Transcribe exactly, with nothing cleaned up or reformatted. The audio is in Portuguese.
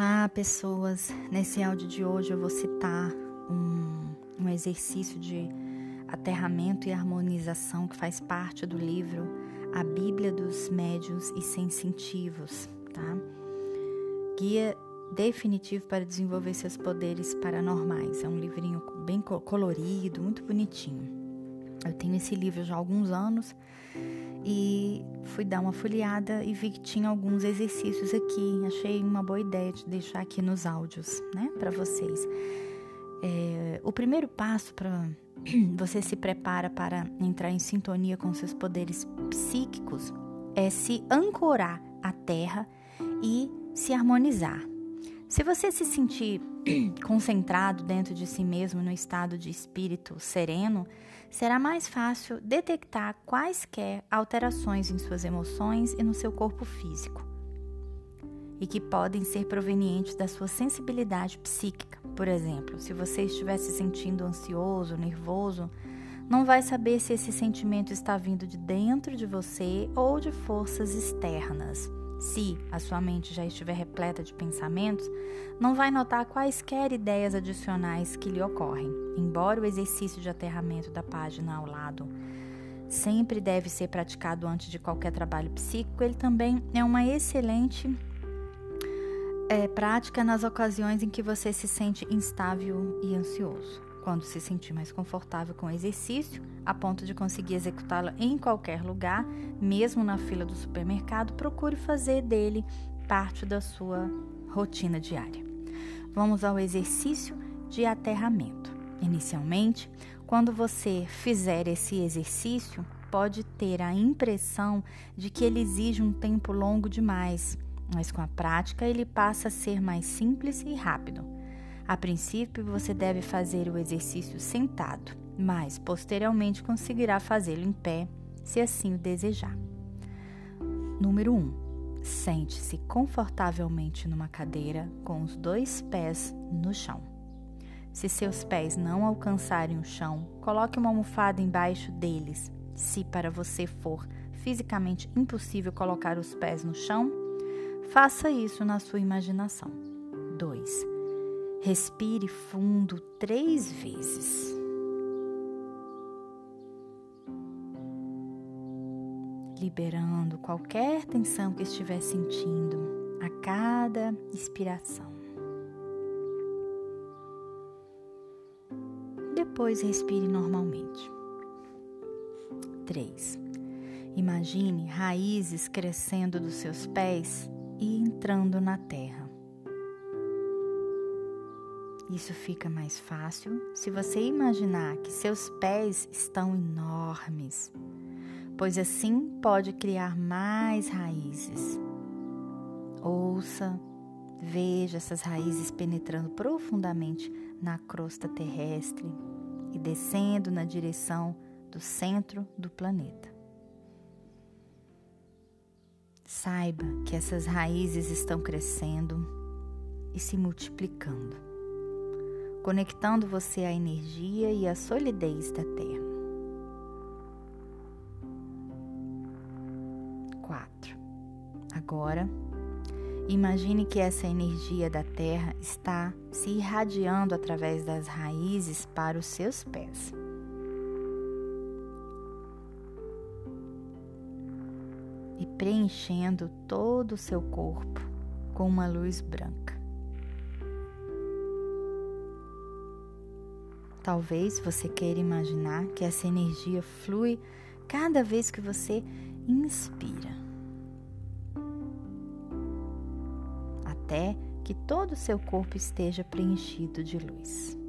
Olá, pessoas! Nesse áudio de hoje eu vou citar um, um exercício de aterramento e harmonização que faz parte do livro A Bíblia dos Médiuns e Sensitivos, tá? Guia definitivo para desenvolver seus poderes paranormais. É um livrinho bem colorido, muito bonitinho. Eu tenho esse livro já há alguns anos e fui dar uma folheada e vi que tinha alguns exercícios aqui. Achei uma boa ideia de deixar aqui nos áudios, né, para vocês. É, o primeiro passo para você se prepara para entrar em sintonia com seus poderes psíquicos é se ancorar à terra e se harmonizar. Se você se sentir concentrado dentro de si mesmo no estado de espírito sereno, será mais fácil detectar quaisquer alterações em suas emoções e no seu corpo físico, e que podem ser provenientes da sua sensibilidade psíquica. Por exemplo, se você estiver se sentindo ansioso, nervoso, não vai saber se esse sentimento está vindo de dentro de você ou de forças externas. Se a sua mente já estiver repleta de pensamentos, não vai notar quaisquer ideias adicionais que lhe ocorrem. Embora o exercício de aterramento da página ao lado sempre deve ser praticado antes de qualquer trabalho psíquico, ele também é uma excelente é, prática nas ocasiões em que você se sente instável e ansioso. Quando se sentir mais confortável com o exercício, a ponto de conseguir executá-lo em qualquer lugar, mesmo na fila do supermercado, procure fazer dele parte da sua rotina diária. Vamos ao exercício de aterramento. Inicialmente, quando você fizer esse exercício, pode ter a impressão de que ele exige um tempo longo demais, mas com a prática ele passa a ser mais simples e rápido. A princípio, você deve fazer o exercício sentado, mas posteriormente conseguirá fazê-lo em pé, se assim o desejar. Número um. Sente-se confortavelmente numa cadeira com os dois pés no chão. Se seus pés não alcançarem o chão, coloque uma almofada embaixo deles. Se para você for fisicamente impossível colocar os pés no chão, faça isso na sua imaginação. dois. Respire fundo três vezes. Liberando qualquer tensão que estiver sentindo a cada expiração. Depois respire normalmente. três. Imagine raízes crescendo dos seus pés e entrando na terra. Isso fica mais fácil se você imaginar que seus pés estão enormes, pois assim pode criar mais raízes. Ouça, veja essas raízes penetrando profundamente na crosta terrestre e descendo na direção do centro do planeta. Saiba que essas raízes estão crescendo e se multiplicando, conectando você à energia e à solidez da Terra. quatro. Agora, imagine que essa energia da Terra está se irradiando através das raízes para os seus pés. E preenchendo todo o seu corpo com uma luz branca. Talvez você queira imaginar que essa energia flui cada vez que você inspira, até que todo o seu corpo esteja preenchido de luz.